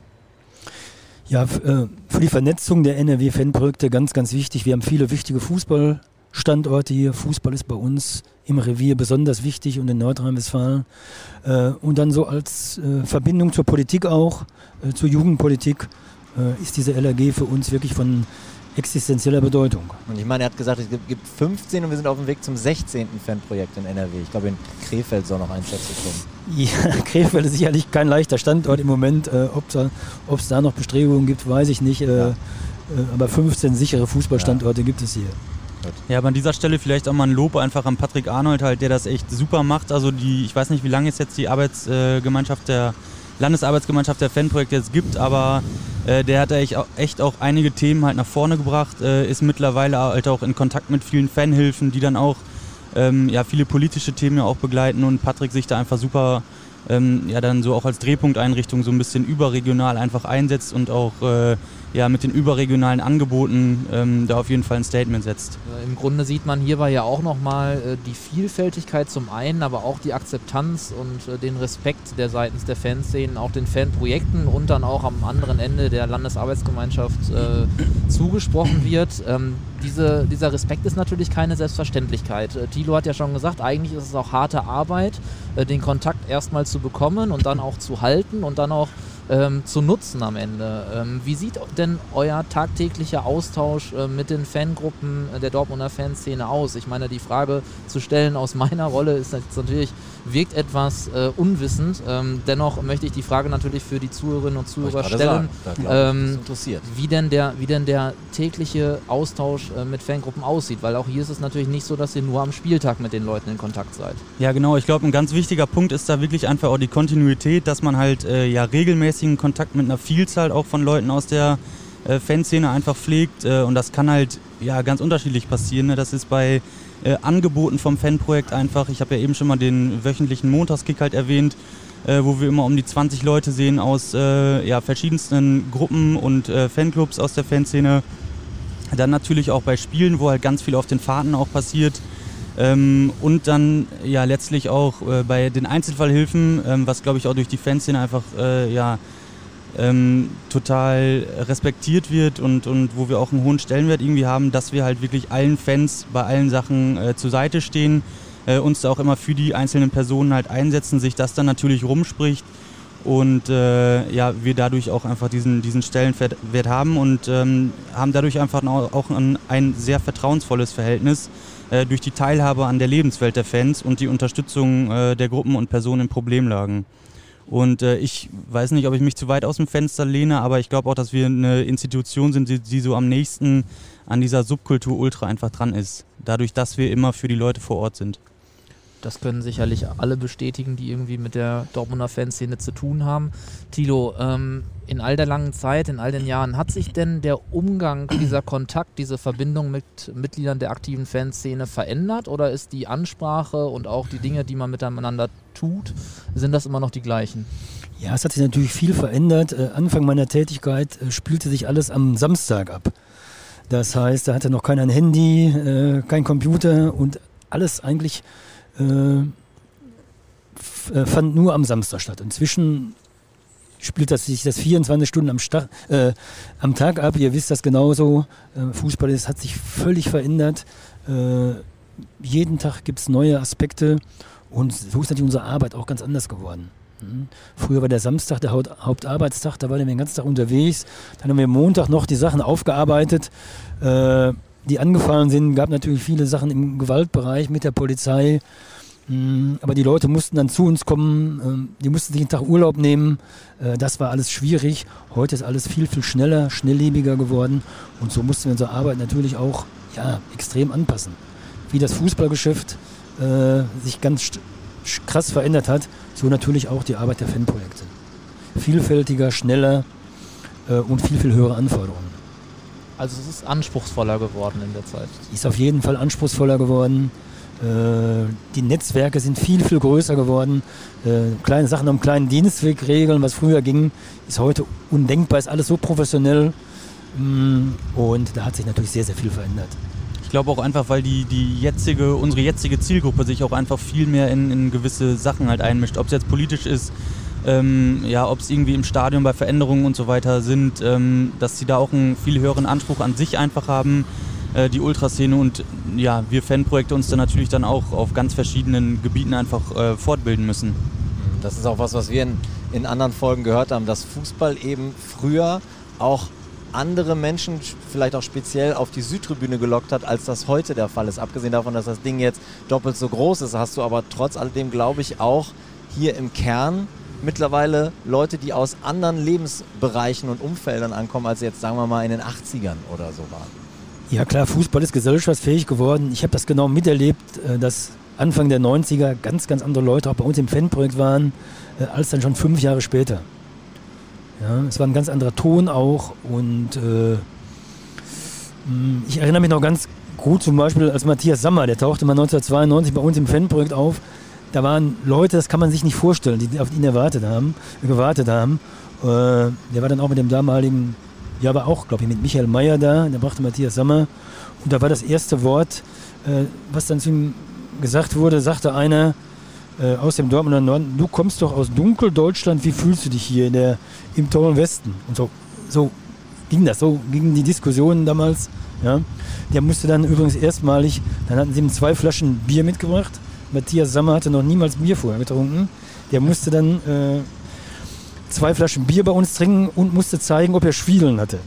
Ja, f- äh, für die Vernetzung der N R W-Fanprojekte ganz, ganz wichtig. Wir haben viele wichtige Fußballstandorte hier. Fußball ist bei uns im Revier besonders wichtig und in Nordrhein-Westfalen. Äh, und dann so als äh, Verbindung zur Politik auch, äh, zur Jugendpolitik, äh, ist diese L R G für uns wirklich von existenzieller Bedeutung. Und ich meine, er hat gesagt, es gibt, gibt fünfzehn und wir sind auf dem Weg zum sechzehnten Fanprojekt in N R W. Ich glaube, in Krefeld soll noch eins dazu kommen. Ja, Krefeld ist sicherlich kein leichter Standort im Moment. Äh, ob es da noch Bestrebungen gibt, weiß ich nicht. Äh, Ja. äh, aber fünfzehn sichere Fußballstandorte ja. gibt es hier. Ja, aber an dieser Stelle vielleicht auch mal ein Lob einfach an Patrick Arnold, halt, der das echt super macht. Also die, ich weiß nicht, wie lange es jetzt die Arbeitsgemeinschaft der Landesarbeitsgemeinschaft der Fanprojekte jetzt gibt, aber äh, der hat echt auch, echt auch einige Themen halt nach vorne gebracht, äh, ist mittlerweile halt auch in Kontakt mit vielen Fanhilfen, die dann auch ähm, ja, viele politische Themen ja auch begleiten und Patrick sich da einfach super ähm, ja dann so auch als Drehpunkteinrichtung so ein bisschen überregional einfach einsetzt und auch äh, ja, mit den überregionalen Angeboten ähm, da auf jeden Fall ein Statement setzt. Äh, Im Grunde sieht man hierbei ja auch nochmal äh, die Vielfältigkeit zum einen, aber auch die Akzeptanz und äh, den Respekt, der seitens der Fanszenen, auch den Fanprojekten und dann auch am anderen Ende der Landesarbeitsgemeinschaft äh, zugesprochen wird. Ähm, diese, dieser Respekt ist natürlich keine Selbstverständlichkeit. Äh, Thilo hat ja schon gesagt, eigentlich ist es auch harte Arbeit, äh, den Kontakt erstmal zu bekommen und dann auch zu halten und dann auch Ähm, zu nutzen am Ende. Ähm, wie sieht denn euer tagtäglicher Austausch äh, mit den Fangruppen äh, der Dortmunder Fanszene aus? Ich meine, die Frage zu stellen aus meiner Rolle ist jetzt natürlich, wirkt etwas äh, unwissend. Ähm, dennoch möchte ich die Frage natürlich für die Zuhörerinnen und Zuhörer stellen, ähm, interessiert. wie denn der, wie denn der tägliche Austausch äh, mit Fangruppen aussieht, weil auch hier ist es natürlich nicht so, dass ihr nur am Spieltag mit den Leuten in Kontakt seid. Ja genau, ich glaube ein ganz wichtiger Punkt ist da wirklich einfach auch die Kontinuität, dass man halt äh, ja regelmäßig Kontakt mit einer Vielzahl auch von Leuten aus der äh, Fanszene einfach pflegt äh, und das kann halt ja ganz unterschiedlich passieren. Ne? Das ist bei äh, Angeboten vom Fanprojekt einfach, ich habe ja eben schon mal den wöchentlichen Montagskick halt erwähnt, äh, wo wir immer um die zwanzig Leute sehen aus äh, ja, verschiedensten Gruppen und äh, Fanclubs aus der Fanszene. Dann natürlich auch bei Spielen, wo halt ganz viel auf den Fahrten auch passiert. Ähm, und dann ja letztlich auch äh, bei den Einzelfallhilfen, ähm, was glaube ich auch durch die Fanszene einfach äh, ja, ähm, total respektiert wird und, und wo wir auch einen hohen Stellenwert irgendwie haben, dass wir halt wirklich allen Fans bei allen Sachen äh, zur Seite stehen, äh, uns da auch immer für die einzelnen Personen halt einsetzen, sich das dann natürlich rumspricht und äh, ja, wir dadurch auch einfach diesen, diesen Stellenwert haben und ähm, haben dadurch einfach auch ein, ein sehr vertrauensvolles Verhältnis äh, durch die Teilhabe an der Lebenswelt der Fans und die Unterstützung äh, der Gruppen und Personen in Problemlagen. Und äh, ich weiß nicht, ob ich mich zu weit aus dem Fenster lehne, aber ich glaube auch, dass wir eine Institution sind, die, die so am nächsten an dieser Subkultur Ultra einfach dran ist. Dadurch, dass wir immer für die Leute vor Ort sind. Das können sicherlich alle bestätigen, die irgendwie mit der Dortmunder Fanszene zu tun haben. Thilo, ähm, in all der langen Zeit, in all den Jahren, hat sich denn der Umgang, dieser Kontakt, diese Verbindung mit Mitgliedern der aktiven Fanszene verändert oder ist die Ansprache und auch die Dinge, die man miteinander tut, sind das immer noch die gleichen? Ja, es hat sich natürlich viel verändert. Äh, Anfang meiner Tätigkeit äh, spielte sich alles am Samstag ab. Das heißt, da hatte noch keiner ein Handy, äh, kein Computer und alles eigentlich äh, f- äh, fand nur am Samstag statt. Inzwischen spielt das sich das vierundzwanzig Stunden am, Sta- äh, am Tag ab. Ihr wisst das genauso. Äh, Fußball ist, hat sich völlig verändert. Äh, jeden Tag gibt es neue Aspekte und so ist natürlich unsere Arbeit auch ganz anders geworden. Mhm. Früher war der Samstag der Haut- Hauptarbeitstag, da waren wir den ganzen Tag unterwegs. Dann haben wir Montag noch die Sachen aufgearbeitet, äh, die angefallen sind. Gab natürlich viele Sachen im Gewaltbereich mit der Polizei. Mhm. Aber die Leute mussten dann zu uns kommen, ähm, die mussten sich einen Tag Urlaub nehmen. Äh, das war alles schwierig. Heute ist alles viel, viel schneller, schnelllebiger geworden. Und so mussten wir unsere Arbeit natürlich auch ja, extrem anpassen. Wie das Fußballgeschäft äh, sich ganz st- krass verändert hat, so natürlich auch die Arbeit der Fanprojekte. Vielfältiger, schneller äh, und viel, viel höhere Anforderungen. Also es ist anspruchsvoller geworden in der Zeit. Ist auf jeden Fall anspruchsvoller geworden. Äh, die Netzwerke sind viel, viel größer geworden. Äh, kleine Sachen am kleinen Dienstweg regeln, was früher ging, ist heute undenkbar, ist alles so professionell. Mm, und da hat sich natürlich sehr, sehr viel verändert. Ich glaube auch einfach, weil die, die jetzige, unsere jetzige Zielgruppe sich auch einfach viel mehr in, in gewisse Sachen halt einmischt. Ob es jetzt politisch ist, ähm, ja, ob es irgendwie im Stadion bei Veränderungen und so weiter sind, ähm, dass sie da auch einen viel höheren Anspruch an sich einfach haben, äh, die Ultraszene, und ja, wir Fanprojekte uns dann natürlich dann auch auf ganz verschiedenen Gebieten einfach äh, fortbilden müssen. Das ist auch was, was wir in, in anderen Folgen gehört haben, dass Fußball eben früher auch andere Menschen vielleicht auch speziell auf die Südtribüne gelockt hat, als das heute der Fall ist. Abgesehen davon, dass das Ding jetzt doppelt so groß ist, hast du aber trotz alledem, glaube ich, auch hier im Kern mittlerweile Leute, die aus anderen Lebensbereichen und Umfeldern ankommen, als jetzt, sagen wir mal, in den achtzigern oder so waren. Ja klar, Fußball ist gesellschaftsfähig geworden. Ich habe das genau miterlebt, dass Anfang der neunziger ganz, ganz andere Leute auch bei uns im Fanprojekt waren, als dann schon fünf Jahre später. Ja, es war ein ganz anderer Ton auch, und äh, ich erinnere mich noch ganz gut zum Beispiel als Matthias Sammer, der tauchte mal neunzehnhundertzweiundneunzig bei uns im Fanprojekt auf. Da waren Leute, das kann man sich nicht vorstellen, die auf ihn erwartet haben, gewartet haben. Äh, der war dann auch mit dem damaligen, ja, war auch, glaube ich, mit Michael Mayer da, der brachte Matthias Sammer. Und da war das erste Wort, äh, was dann zu ihm gesagt wurde, sagte einer äh, aus dem Dortmunder Norden: Du kommst doch aus Dunkeldeutschland, wie fühlst du dich hier in der, im tollen Westen? Und so, so ging das, so gingen die Diskussionen damals. Ja. Der musste dann übrigens erstmalig, dann hatten sie ihm zwei Flaschen Bier mitgebracht. Matthias Sammer hatte noch niemals Bier vorher getrunken. Der musste dann äh, zwei Flaschen Bier bei uns trinken und musste zeigen, ob er Schwiedeln hatte.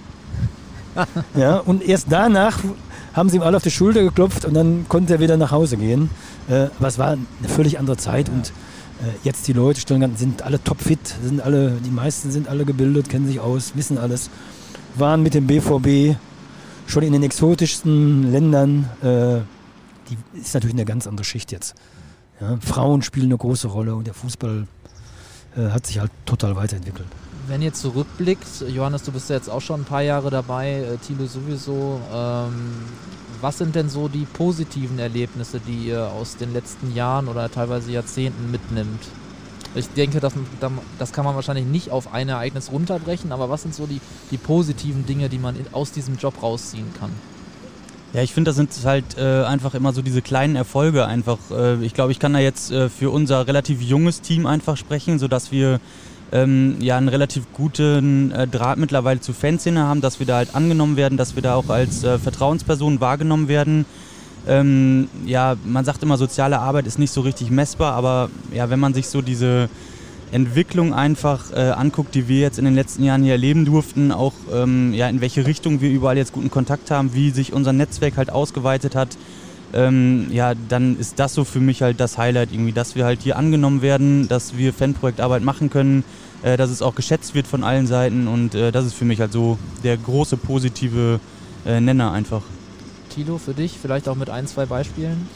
Ja, und erst danach haben sie ihm alle auf die Schulter geklopft und dann konnte er wieder nach Hause gehen. Äh, aber es war eine völlig andere Zeit, und äh, jetzt die Leute sind alle topfit, sind alle, die meisten sind alle gebildet, kennen sich aus, wissen alles, waren mit dem B V B schon in den exotischsten Ländern. Äh, die ist natürlich eine ganz andere Schicht jetzt. Ja, Frauen spielen eine große Rolle, und der Fußball äh, hat sich halt total weiterentwickelt. Wenn ihr zurückblickt, Johannes, du bist ja jetzt auch schon ein paar Jahre dabei, äh, Thilo sowieso, ähm, was sind denn so die positiven Erlebnisse, die ihr aus den letzten Jahren oder teilweise Jahrzehnten mitnimmt? Ich denke, das, das kann man wahrscheinlich nicht auf ein Ereignis runterbrechen, aber was sind so die, die positiven Dinge, die man in, aus diesem Job rausziehen kann? Ja, ich finde, das sind halt äh, einfach immer so diese kleinen Erfolge einfach. Äh, ich glaube, ich kann da jetzt äh, für unser relativ junges Team einfach sprechen, sodass wir ähm, ja einen relativ guten äh, Draht mittlerweile zur Fanszene haben, dass wir da halt angenommen werden, dass wir da auch als äh, Vertrauenspersonen wahrgenommen werden. Ähm, ja, man sagt immer, soziale Arbeit ist nicht so richtig messbar, aber ja, wenn man sich so diese Entwicklung einfach äh, anguckt, die wir jetzt in den letzten Jahren hier erleben durften, auch ähm, ja, in welche Richtung wir überall jetzt guten Kontakt haben, wie sich unser Netzwerk halt ausgeweitet hat, ähm, ja, dann ist das so für mich halt das Highlight irgendwie, dass wir halt hier angenommen werden, dass wir Fanprojektarbeit machen können, äh, dass es auch geschätzt wird von allen Seiten, und äh, das ist für mich halt so der große positive äh, Nenner einfach. Thilo, für dich vielleicht auch mit ein, zwei Beispielen?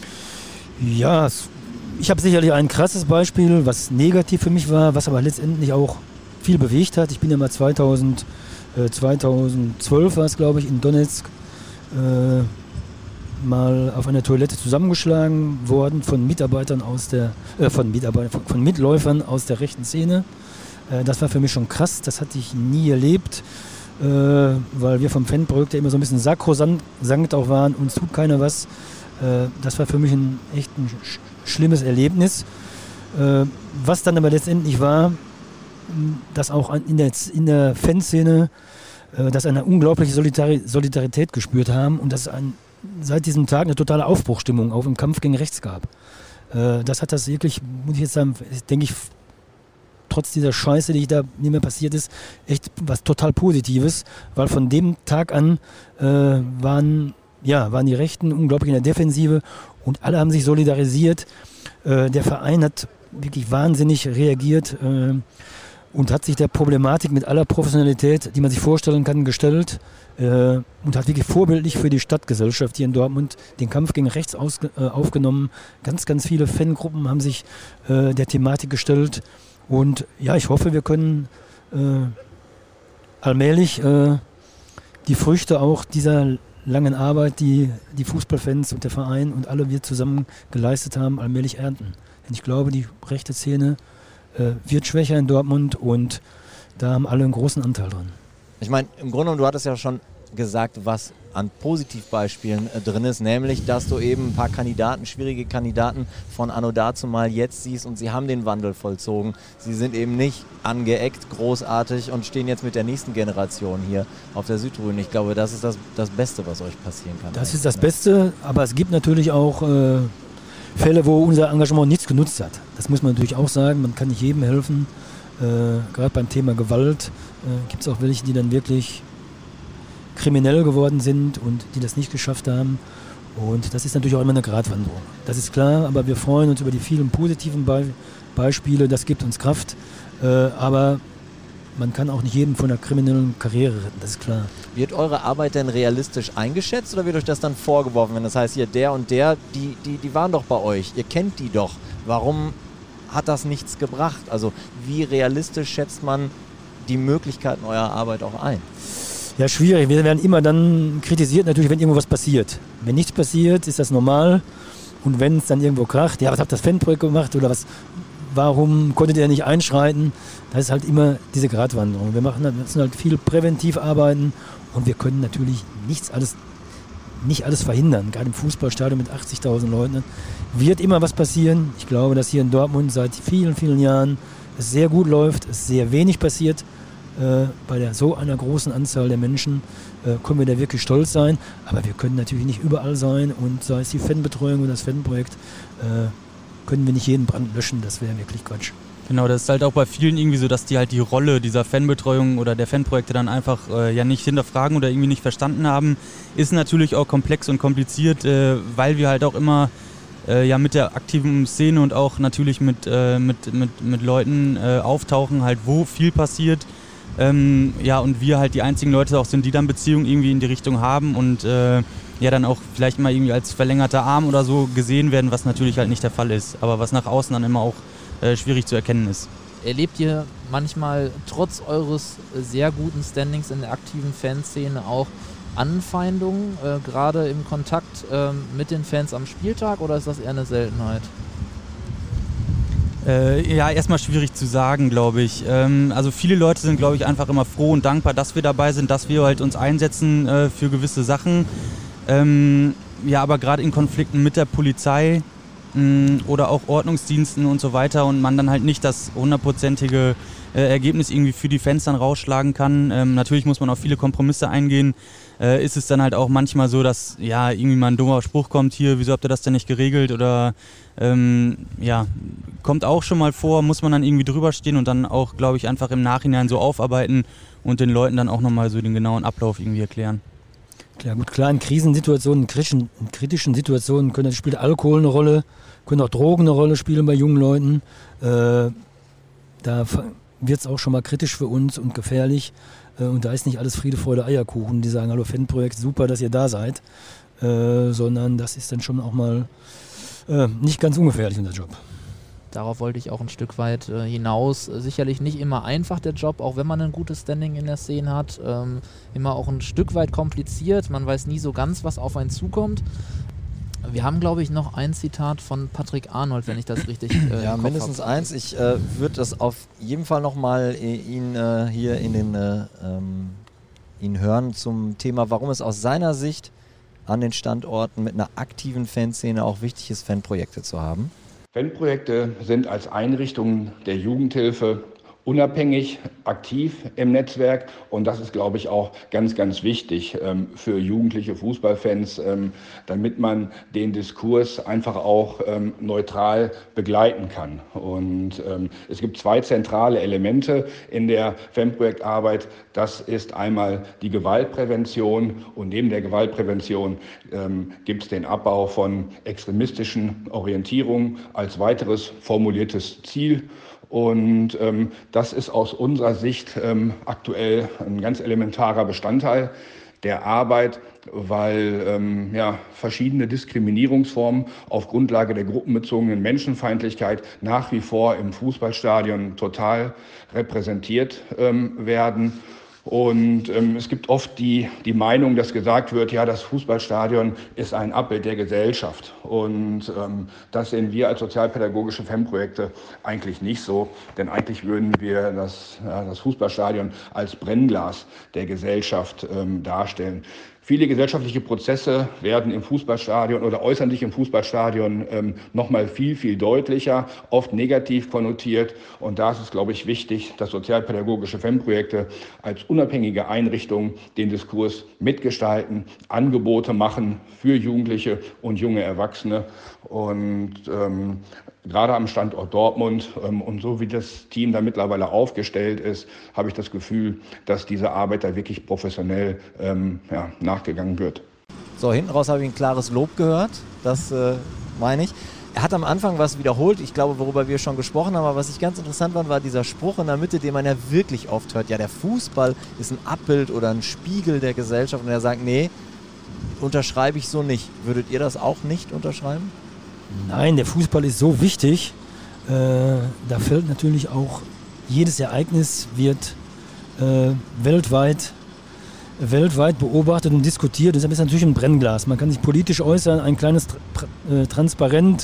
Ja, es Ich habe sicherlich ein krasses Beispiel, was negativ für mich war, was aber letztendlich auch viel bewegt hat. Ich bin ja mal zweitausend, äh, zweitausendzwölf war es, glaube ich, in Donetsk äh, mal auf einer Toilette zusammengeschlagen worden von Mitarbeitern aus der, äh, von Mitarbeitern, von, von Mitläufern aus der rechten Szene. Äh, das war für mich schon krass, das hatte ich nie erlebt, äh, weil wir vom Fanprojekt ja immer so ein bisschen sakrosankt auch waren, uns tut keiner was. Äh, das war für mich ein echt ein sch- schlimmes Erlebnis. Äh, was dann aber letztendlich war, dass auch in der, in der Fanszene, äh, dass eine unglaubliche Solidari- Solidarität gespürt haben, und dass es ein, seit diesem Tag eine totale Aufbruchstimmung auch im Kampf gegen rechts gab. Äh, das hat das wirklich, muss ich jetzt sagen, denke ich, trotz dieser Scheiße, die da nicht mehr passiert ist, echt was total Positives, weil von dem Tag an äh, waren, ja, waren die Rechten unglaublich in der Defensive, und alle haben sich solidarisiert. Äh, der Verein hat wirklich wahnsinnig reagiert äh, und hat sich der Problematik mit aller Professionalität, die man sich vorstellen kann, gestellt, äh, und hat wirklich vorbildlich für die Stadtgesellschaft hier in Dortmund den Kampf gegen rechts aus, äh, aufgenommen. Ganz, ganz viele Fangruppen haben sich äh, der Thematik gestellt, und ja, ich hoffe, wir können äh, allmählich äh, die Früchte auch dieser langen Arbeit, die die Fußballfans und der Verein und alle wir zusammen geleistet haben, allmählich ernten. Denn ich glaube, die rechte Szene äh, wird schwächer in Dortmund, und da haben alle einen großen Anteil dran. Ich meine, im Grunde genommen, du hattest ja schon gesagt, was an Positivbeispielen äh, drin ist, nämlich, dass du eben ein paar Kandidaten, schwierige Kandidaten von anno dazumal jetzt siehst und sie haben den Wandel vollzogen. Sie sind eben nicht angeeckt, großartig und stehen jetzt mit der nächsten Generation hier auf der Südtribüne. Ich glaube, das ist das, das Beste, was euch passieren kann. Das ist das Beste, aber es gibt natürlich auch äh, Fälle, wo unser Engagement nichts genutzt hat. Das muss man natürlich auch sagen, man kann nicht jedem helfen. Äh, gerade beim Thema Gewalt äh, gibt es auch welche, die dann wirklich kriminell geworden sind und die das nicht geschafft haben. Und das ist natürlich auch immer eine Gratwanderung. Das ist klar, aber wir freuen uns über die vielen positiven Be- Beispiele, das gibt uns Kraft. Äh, aber man kann auch nicht jeden von einer kriminellen Karriere retten, das ist klar. Wird eure Arbeit denn realistisch eingeschätzt oder wird euch das dann vorgeworfen, wenn das heißt, hier der und der, die, die, die waren doch bei euch, ihr kennt die doch. Warum hat das nichts gebracht? Also wie realistisch schätzt man die Möglichkeiten eurer Arbeit auch ein? Ja, schwierig. Wir werden immer dann kritisiert, natürlich, wenn irgendwo was passiert. Wenn nichts passiert, ist das normal. Und wenn es dann irgendwo kracht, ja, was habt das Fanprojekt gemacht oder was, warum konntet ihr nicht einschreiten? Das ist halt immer diese Gratwanderung. Wir machen, wir müssen halt viel präventiv arbeiten und wir können natürlich nichts alles, nicht alles verhindern. Gerade im Fußballstadion mit achtzigtausend Leuten wird immer was passieren. Ich glaube, dass hier in Dortmund seit vielen, vielen Jahren es sehr gut läuft, es sehr wenig passiert. Äh, bei der, so einer großen Anzahl der Menschen äh, können wir da wirklich stolz sein. Aber wir können natürlich nicht überall sein und sei es die Fanbetreuung oder das Fanprojekt, äh, können wir nicht jeden Brand löschen. Das wäre wirklich Quatsch. Genau, das ist halt auch bei vielen irgendwie so, dass die halt die Rolle dieser Fanbetreuung oder der Fanprojekte dann einfach äh, ja nicht hinterfragen oder irgendwie nicht verstanden haben. Ist natürlich auch komplex und kompliziert, äh, weil wir halt auch immer äh, ja mit der aktiven Szene und auch natürlich mit, äh, mit, mit, mit Leuten äh, auftauchen, halt wo viel passiert. Ähm, ja, und wir halt die einzigen Leute auch sind, die dann Beziehungen irgendwie in die Richtung haben und äh, ja dann auch vielleicht mal irgendwie als verlängerter Arm oder so gesehen werden, was natürlich halt nicht der Fall ist, aber was nach außen dann immer auch äh, schwierig zu erkennen ist. Erlebt ihr manchmal trotz eures sehr guten Standings in der aktiven Fanszene auch Anfeindungen, äh, gerade im Kontakt äh, mit den Fans am Spieltag, oder ist das eher eine Seltenheit? Äh, ja, erstmal schwierig zu sagen, glaube ich. Ähm, also viele Leute sind, glaube ich, einfach immer froh und dankbar, dass wir dabei sind, dass wir halt uns einsetzen äh, für gewisse Sachen. Ähm, ja, aber gerade in Konflikten mit der Polizei mh, oder auch Ordnungsdiensten und so weiter und man dann halt nicht das hundertprozentige äh, Ergebnis irgendwie für die Fans dann rausschlagen kann. Ähm, natürlich muss man auf viele Kompromisse eingehen. Äh, ist es dann halt auch manchmal so, dass ja irgendwie mal ein dummer Spruch kommt, hier, wieso habt ihr das denn nicht geregelt oder ähm, ja, kommt auch schon mal vor, muss man dann irgendwie drüber stehen und dann auch, glaube ich, einfach im Nachhinein so aufarbeiten und den Leuten dann auch nochmal so den genauen Ablauf irgendwie erklären. Klar, gut, klar, in Krisensituationen, in kritischen, in kritischen Situationen können, spielt Alkohol eine Rolle, können auch Drogen eine Rolle spielen bei jungen Leuten. Äh, da wird es auch schon mal kritisch für uns und gefährlich. Äh, und da ist nicht alles Friede, Freude, Eierkuchen. Die sagen, hallo Fanprojekt, super, dass ihr da seid. Äh, sondern das ist dann schon auch mal äh, nicht ganz ungefährlich, unser Job. Darauf wollte ich auch ein Stück weit äh, hinaus. Sicherlich nicht immer einfach der Job, auch wenn man ein gutes Standing in der Szene hat. Ähm, immer auch ein Stück weit kompliziert. Man weiß nie so ganz, was auf einen zukommt. Wir haben, glaube ich, noch ein Zitat von Patrick Arnold, wenn ich das richtig äh, Ja, im Kopf mindestens hab. eins. Ich äh, würde das auf jeden Fall nochmal äh, ihn äh, hier in den äh, ähm, ihn hören zum Thema, warum es aus seiner Sicht an den Standorten mit einer aktiven Fanszene auch wichtig ist, Fanprojekte zu haben. Fanprojekte sind als Einrichtungen der Jugendhilfe unabhängig, aktiv im Netzwerk und das ist, glaube ich, auch ganz, ganz wichtig ähm, für jugendliche Fußballfans, ähm, damit man den Diskurs einfach auch ähm, neutral begleiten kann. Und ähm, es gibt zwei zentrale Elemente in der Fanprojektarbeit. Das ist einmal die Gewaltprävention und neben der Gewaltprävention ähm, gibt es den Abbau von extremistischen Orientierungen als weiteres formuliertes Ziel. Und ähm, das ist aus unserer Sicht ähm, aktuell ein ganz elementarer Bestandteil der Arbeit, weil ähm, ja, verschiedene Diskriminierungsformen auf Grundlage der gruppenbezogenen Menschenfeindlichkeit nach wie vor im Fußballstadion total repräsentiert ähm, werden. Und ähm, es gibt oft die, die Meinung, dass gesagt wird, ja, das Fußballstadion ist ein Abbild der Gesellschaft. Und ähm, das sehen wir als sozialpädagogische Fanprojekte eigentlich nicht so. Denn eigentlich würden wir das, ja, das Fußballstadion als Brennglas der Gesellschaft ähm, darstellen. Viele gesellschaftliche Prozesse werden im Fußballstadion oder äußern sich im Fußballstadion ähm, noch mal viel, viel deutlicher, oft negativ konnotiert. Und da ist es, glaube ich, wichtig, dass sozialpädagogische Fanprojekte als unabhängige Einrichtungen den Diskurs mitgestalten, Angebote machen für Jugendliche und junge Erwachsene. Und ähm, gerade am Standort Dortmund ähm, und so wie das Team da mittlerweile aufgestellt ist, habe ich das Gefühl, dass diese Arbeit da wirklich professionell ähm, ja, nachgegangen wird. So, hinten raus habe ich ein klares Lob gehört, das äh, meine ich. Er hat am Anfang was wiederholt, ich glaube, worüber wir schon gesprochen haben, aber was ich ganz interessant fand, war dieser Spruch in der Mitte, den man ja wirklich oft hört. Ja, der Fußball ist ein Abbild oder ein Spiegel der Gesellschaft und er sagt, nee, unterschreibe ich so nicht. Würdet ihr das auch nicht unterschreiben? Nein, der Fußball ist so wichtig. Äh, da fällt natürlich auch, jedes Ereignis wird äh, weltweit, weltweit beobachtet und diskutiert. Deshalb ist es natürlich ein Brennglas. Man kann sich politisch äußern, ein kleines Tra- äh, Transparent.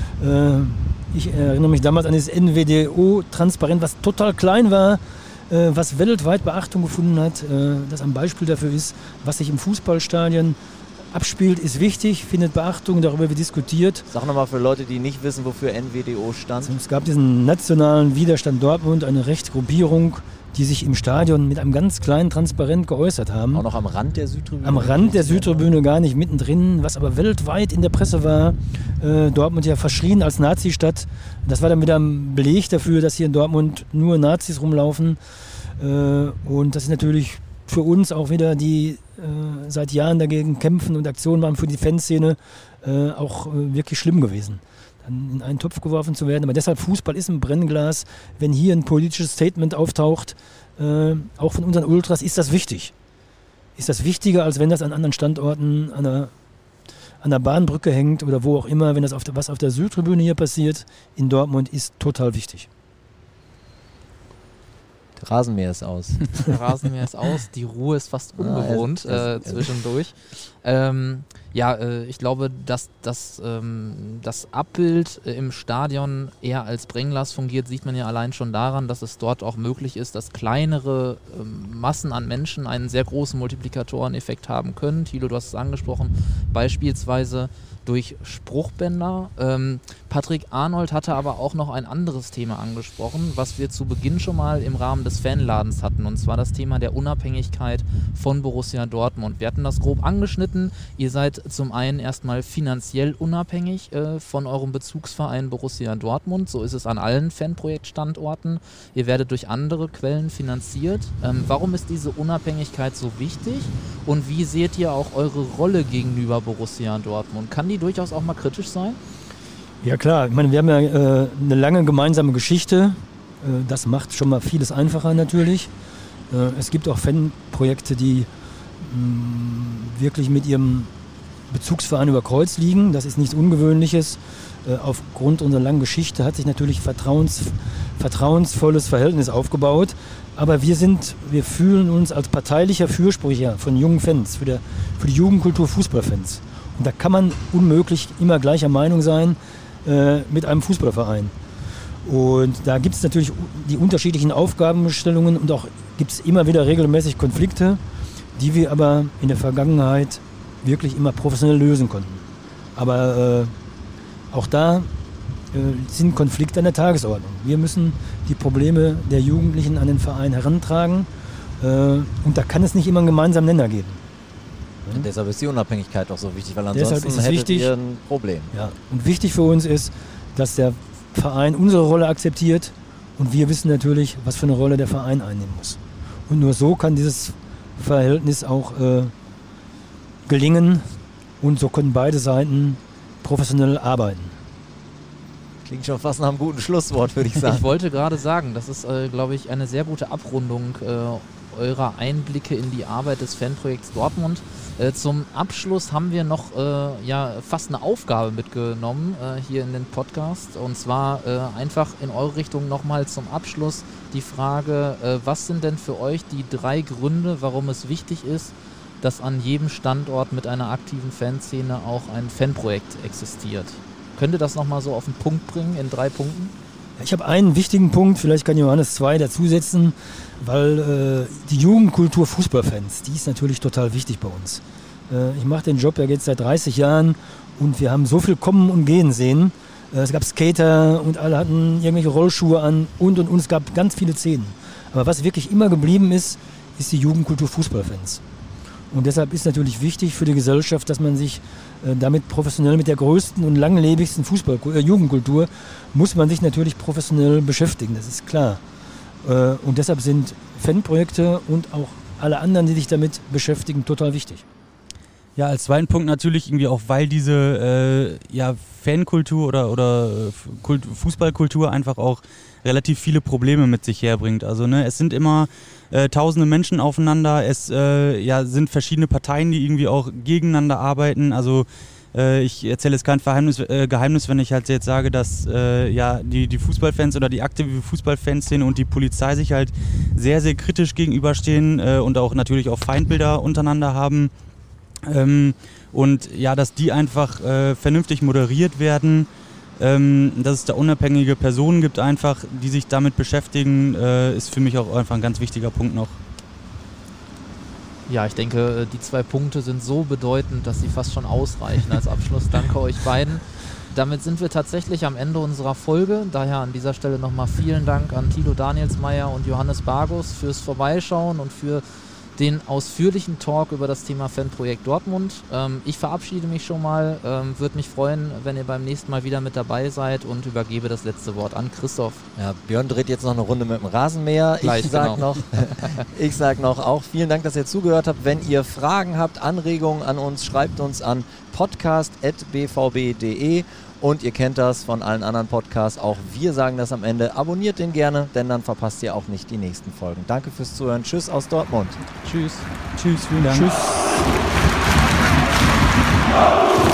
Äh, ich erinnere mich damals an das N W D O-Transparent, was total klein war, äh, was weltweit Beachtung gefunden hat. Äh, das ein Beispiel dafür ist, was sich im Fußballstadion abspielt, ist wichtig, findet Beachtung, darüber wird diskutiert. Sag nochmal für Leute, die nicht wissen, wofür N W D O stand. Also es gab diesen nationalen Widerstand Dortmund, eine Rechtsgruppierung, die sich im Stadion mit einem ganz kleinen Transparent geäußert haben. Auch noch am Rand der Südtribüne? Am Rand der Südtribüne, gar nicht mittendrin, was aber weltweit in der Presse war. Äh, Dortmund ja verschrien als Nazi-Stadt. Das war dann wieder ein Beleg dafür, dass hier in Dortmund nur Nazis rumlaufen. Äh, und das ist natürlich für uns auch wieder, die äh, seit Jahren dagegen kämpfen und Aktionen machen für die Fanszene, äh, auch äh, wirklich schlimm gewesen, dann in einen Topf geworfen zu werden. Aber deshalb, Fußball ist ein Brennglas. Wenn hier ein politisches Statement auftaucht, äh, auch von unseren Ultras, ist das wichtig. Ist das wichtiger, als wenn das an anderen Standorten an der, an der Bahnbrücke hängt oder wo auch immer, wenn das auf der, was auf der Südtribüne hier passiert, in Dortmund, ist total wichtig. Rasenmäher ist aus. Der Rasenmäher ist aus, die Ruhe ist fast ungewohnt ah, äh, zwischendurch. Ähm, ja, äh, ich glaube, dass, dass ähm, das Abbild äh, im Stadion eher als Brennglas fungiert, sieht man ja allein schon daran, dass es dort auch möglich ist, dass kleinere ähm, Massen an Menschen einen sehr großen Multiplikatoreneffekt haben können. Thilo, du hast es angesprochen, beispielsweise durch Spruchbänder. Ähm, Patrick Arnold hatte aber auch noch ein anderes Thema angesprochen, was wir zu Beginn schon mal im Rahmen des Fanladens hatten, und zwar das Thema der Unabhängigkeit von Borussia Dortmund. Wir hatten das grob angeschnitten. Ihr seid zum einen erstmal finanziell unabhängig äh, von eurem Bezugsverein Borussia Dortmund. So ist es an allen Fanprojektstandorten. Ihr werdet durch andere Quellen finanziert. Ähm, warum ist diese Unabhängigkeit so wichtig und wie seht ihr auch eure Rolle gegenüber Borussia Dortmund? Kann die durchaus auch mal kritisch sein? Ja klar, ich meine, wir haben ja äh, eine lange gemeinsame Geschichte. Äh, das macht schon mal vieles einfacher natürlich. Äh, es gibt auch Fanprojekte, die mh, wirklich mit ihrem Bezugsverein über Kreuz liegen. Das ist nichts Ungewöhnliches. Äh, aufgrund unserer langen Geschichte hat sich natürlich vertrauens, vertrauensvolles Verhältnis aufgebaut. Aber wir sind, wir fühlen uns als parteilicher Fürsprecher von jungen Fans, für, der, für die Jugendkultur Fußballfans. Und da kann man unmöglich immer gleicher Meinung sein äh, mit einem Fußballverein. Und da gibt es natürlich die unterschiedlichen Aufgabenstellungen und auch gibt es immer wieder regelmäßig Konflikte, die wir aber in der Vergangenheit wirklich immer professionell lösen konnten. Aber äh, auch da äh, sind Konflikte an der Tagesordnung. Wir müssen die Probleme der Jugendlichen an den Verein herantragen äh, und da kann es nicht immer einen gemeinsamen Nenner geben. Und deshalb ist die Unabhängigkeit auch so wichtig, weil ansonsten ist es hättet wichtig, ihr ein Problem. Ja. Und wichtig für uns ist, dass der Verein unsere Rolle akzeptiert und wir wissen natürlich, was für eine Rolle der Verein einnehmen muss. Und nur so kann dieses Verhältnis auch äh, gelingen und so können beide Seiten professionell arbeiten. Klingt schon fast nach einem guten Schlusswort, würde ich sagen. Ich wollte gerade sagen, das ist, äh, glaube ich, eine sehr gute Abrundung äh, eurer Einblicke in die Arbeit des Fanprojekts Dortmund. Äh, zum Abschluss haben wir noch äh, ja, fast eine Aufgabe mitgenommen äh, hier in den Podcast. Und zwar äh, einfach in eure Richtung nochmal zum Abschluss die Frage, äh, was sind denn für euch die drei Gründe, warum es wichtig ist, dass an jedem Standort mit einer aktiven Fanszene auch ein Fanprojekt existiert? Könnt ihr das nochmal so auf den Punkt bringen in drei Punkten? Ich habe einen wichtigen Punkt, vielleicht kann Johannes zwei dazusetzen, weil äh, die Jugendkultur Fußballfans, die ist natürlich total wichtig bei uns. Äh, ich mache den Job ja jetzt seit dreißig Jahren und wir haben so viel kommen und gehen sehen. Äh, es gab Skater und alle hatten irgendwelche Rollschuhe an und und und, es gab ganz viele Szenen. Aber was wirklich immer geblieben ist, ist die Jugendkultur Fußballfans. Und deshalb ist natürlich wichtig für die Gesellschaft, dass man sich äh, damit professionell mit der größten und langlebigsten Fußball äh, Jugendkultur muss man sich natürlich professionell beschäftigen, das ist klar. Äh, und deshalb sind Fanprojekte und auch alle anderen, die sich damit beschäftigen, total wichtig. Ja, als zweiten Punkt natürlich irgendwie auch, weil diese äh, ja, Fankultur oder, oder Kult, Fußballkultur einfach auch relativ viele Probleme mit sich herbringt. Also ne, es sind immer äh, tausende Menschen aufeinander, es äh, ja, sind verschiedene Parteien, die irgendwie auch gegeneinander arbeiten. Also äh, ich erzähle jetzt kein Verheimnis, äh, Geheimnis, wenn ich halt jetzt sage, dass äh, ja, die, die Fußballfans oder die aktive Fußballfanszene und die Polizei sich halt sehr, sehr kritisch gegenüberstehen äh, und auch natürlich auch Feindbilder untereinander haben. Ähm, und ja, dass die einfach äh, vernünftig moderiert werden, ähm, dass es da unabhängige Personen gibt einfach, die sich damit beschäftigen, äh, ist für mich auch einfach ein ganz wichtiger Punkt noch. Ja, ich denke, die zwei Punkte sind so bedeutend, dass sie fast schon ausreichen als Abschluss. Danke euch beiden. Damit sind wir tatsächlich am Ende unserer Folge. Daher an dieser Stelle nochmal vielen Dank an Thilo Danielsmeyer und Johannes Bargus fürs Vorbeischauen und für den ausführlichen Talk über das Thema Fanprojekt Dortmund. Ähm, ich verabschiede mich schon mal, ähm, würde mich freuen, wenn ihr beim nächsten Mal wieder mit dabei seid und übergebe das letzte Wort an Christoph. Ja, Björn dreht jetzt noch eine Runde mit dem Rasenmäher. Gleich, ich sag genau. noch, ich sag noch auch vielen Dank, dass ihr zugehört habt. Wenn ihr Fragen habt, Anregungen an uns, schreibt uns an podcast at b v b punkt d e. Und ihr kennt das von allen anderen Podcasts, auch wir sagen das am Ende. Abonniert den gerne, denn dann verpasst ihr auch nicht die nächsten Folgen. Danke fürs Zuhören. Tschüss aus Dortmund. Tschüss. Tschüss, vielen Dank. Tschüss.